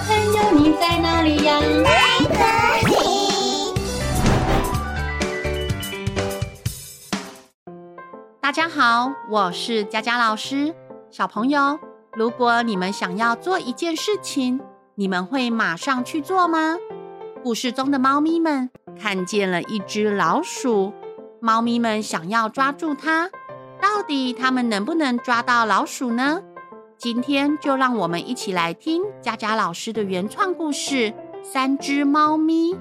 朋友，你在哪里呀？ 在这里。 大家好，我是佳佳老师。小朋友，如果你们想要做一件事情，你们会马上去做吗？故事中的猫咪们看见了一只老鼠，猫咪们想要抓住它，到底它们能不能抓到老鼠呢？今天就让我们一起来听佳佳老师的原创故事《三只猫咪》。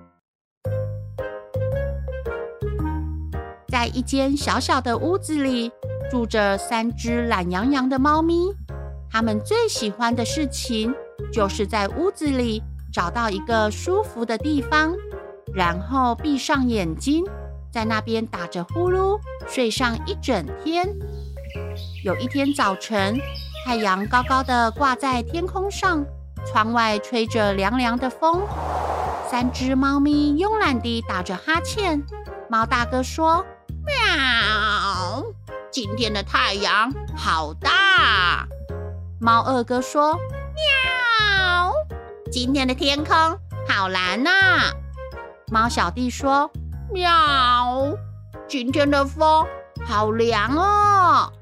在一间小小的屋子里，住着三只懒洋洋的猫咪。它们最喜欢的事情，就是在屋子里找到一个舒服的地方，然后闭上眼睛，在那边打着呼噜，睡上一整天。有一天早晨，太阳高高的挂在天空上，窗外吹着凉凉的风。三只猫咪慵懒地打着哈欠。猫大哥说：喵，今天的太阳好大。猫二哥说：喵，今天的天空好蓝啊。猫小弟说：喵，今天的风好凉哦。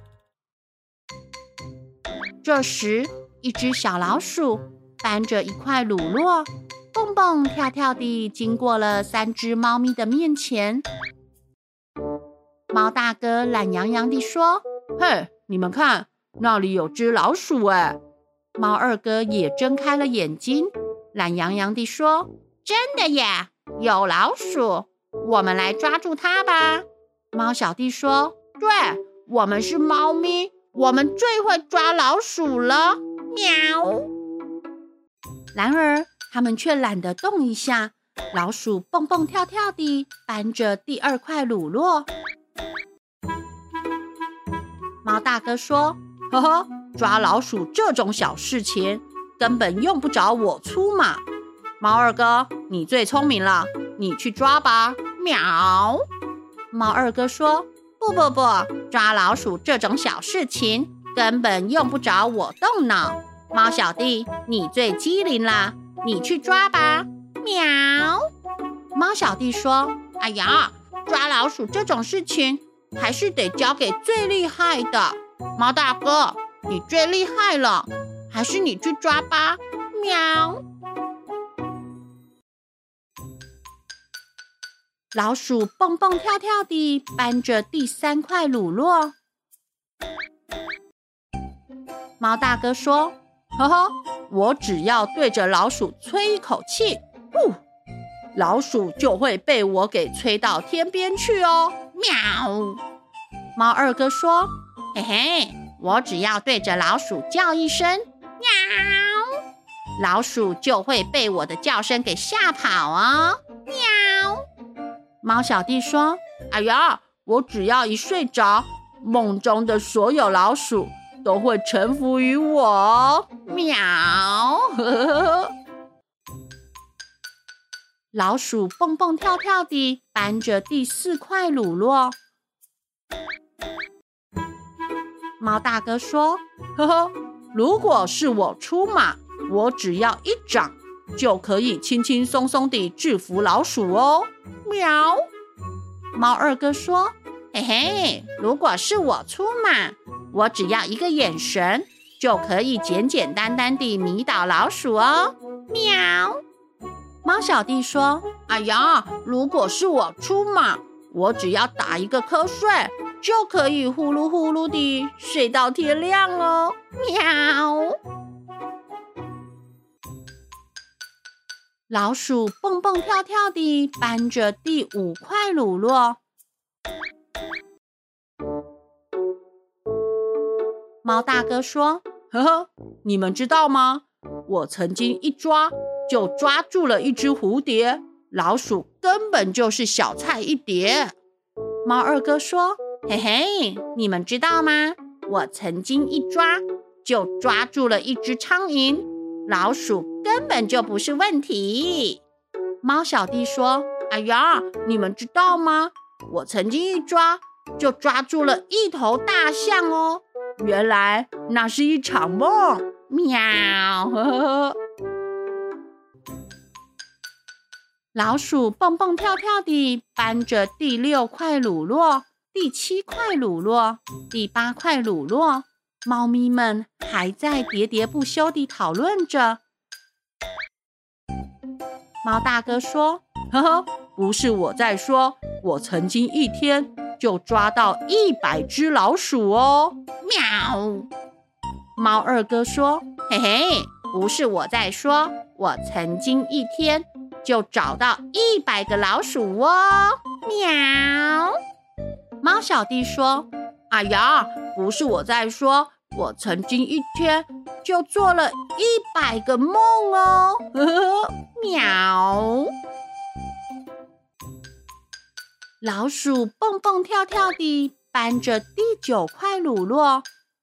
这时，一只小老鼠搬着一块乳酪，蹦蹦跳跳地经过了三只猫咪的面前。猫大哥懒洋洋地说：嘿，你们看，那里有只老鼠哎。猫二哥也睁开了眼睛，懒洋洋地说：真的耶，有老鼠，我们来抓住它吧。猫小弟说：对，我们是猫咪，我们最会抓老鼠了，喵。然而他们却懒得动一下，老鼠蹦蹦跳跳地搬着第二块乳酪。猫大哥说：呵呵，抓老鼠这种小事情根本用不着我出马。猫二哥，你最聪明了，你去抓吧，喵。猫二哥说：不，抓老鼠这种小事情根本用不着我动脑。猫小弟，你最机灵啦，你去抓吧，喵。猫小弟说：哎呀，抓老鼠这种事情还是得交给最厉害的。猫大哥，你最厉害了，还是你去抓吧，喵。老鼠蹦蹦跳跳地搬着第三块乳酪。猫大哥说：呵呵，我只要对着老鼠吹一口气，老鼠就会被我给吹到天边去哦，喵。猫二哥说：嘿嘿，我只要对着老鼠叫一声，喵，老鼠就会被我的叫声给吓跑哦，喵。猫小弟说：哎呀，我只要一睡着，梦中的所有老鼠都会臣服于我，喵。老鼠蹦蹦跳跳地搬着第四块乳酪。猫大哥说：呵呵，如果是我出马，我只要一掌就可以轻轻松松地制服老鼠哦，喵。猫二哥说：嘿嘿，如果是我出马，我只要一个眼神就可以简简单单地迷倒老鼠哦，喵。猫小弟说：哎呀，如果是我出马，我只要打一个瞌睡就可以呼噜呼噜地睡到天亮哦，喵。老鼠蹦蹦跳跳地搬着第五块乳酪。猫大哥说：呵呵，你们知道吗？我曾经一抓就抓住了一只蝴蝶，老鼠根本就是小菜一碟。猫二哥说：嘿嘿，你们知道吗？我曾经一抓就抓住了一只苍蝇，老鼠根本就不是问题。猫小弟说：哎呀，你们知道吗？我曾经一抓就抓住了一头大象哦，原来那是一场梦，喵。呵呵呵。 老鼠蹦蹦跳跳地搬着第6块乳酪、第7块乳酪、第8块乳酪，猫咪们还在喋喋不休地讨论着。猫大哥说：呵呵，不是我在说，我曾经一天就抓到100只老鼠哦。喵。猫二哥说：嘿嘿，不是我在说，我曾经一天就找到100个老鼠哦。喵。猫小弟说：哎呀，不是我在说，我曾经一天就做了100个梦哦。呵呵，喵。老鼠蹦蹦跳跳地搬着第9块乳酪。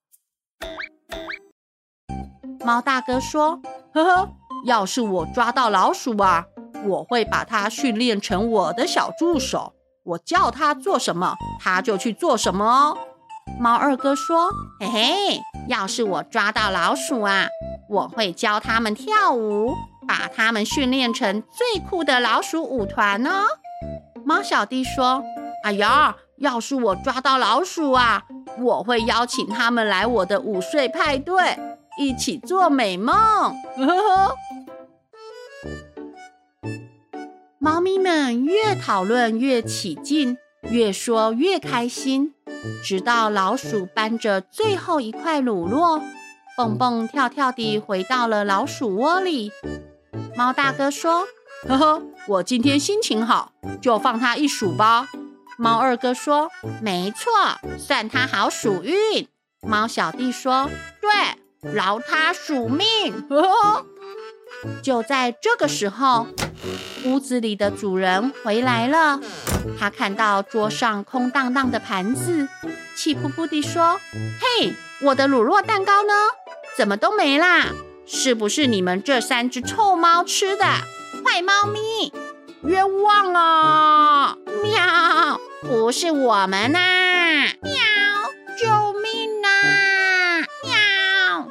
猫大哥说：呵呵，要是我抓到老鼠啊，我会把它训练成我的小助手，我叫它做什么，它就去做什么哦。猫二哥说：嘿嘿，要是我抓到老鼠啊，我会教他们跳舞，把他们训练成最酷的老鼠舞团哦。猫小弟说：哎呀，要是我抓到老鼠啊，我会邀请他们来我的午睡派对，一起做美梦。呵呵。猫咪们越讨论越起劲，越说越开心，直到老鼠搬着最后1块乳酪，蹦蹦跳跳地回到了老鼠窝里。猫大哥说：呵呵，我今天心情好，就放它一数吧。猫二哥说：没错，算它好数运。猫小弟说：对，饶它数命。呵呵。就在这个时候，屋子里的主人回来了。他看到桌上空荡荡的盘子，气扑扑地说：嘿，我的乳酪蛋糕呢？怎么都没啦？是不是你们这3只臭猫吃的？坏猫咪，冤枉啊！喵，不是我们啊！喵，救命啊！喵。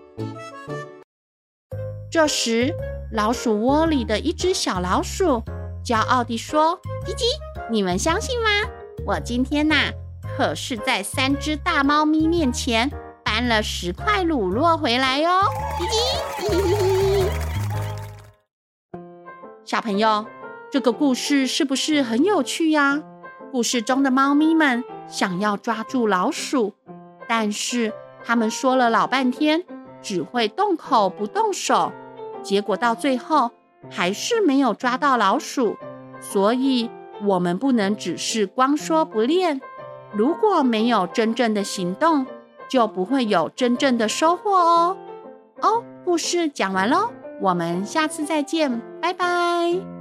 这时，老鼠窝里的一只小老鼠骄傲地说：叽叽，你们相信吗？我今天可是在3只大猫咪面前搬了10块乳酪回来哦。叽叽。小朋友，这个故事是不是很有趣呀？故事中的猫咪们想要抓住老鼠，但是他们说了老半天，只会动口不动手，结果到最后还是没有抓到老鼠。所以我们不能只是光说不练，如果没有真正的行动，就不会有真正的收获哦。故事讲完咯，我们下次再见，拜拜。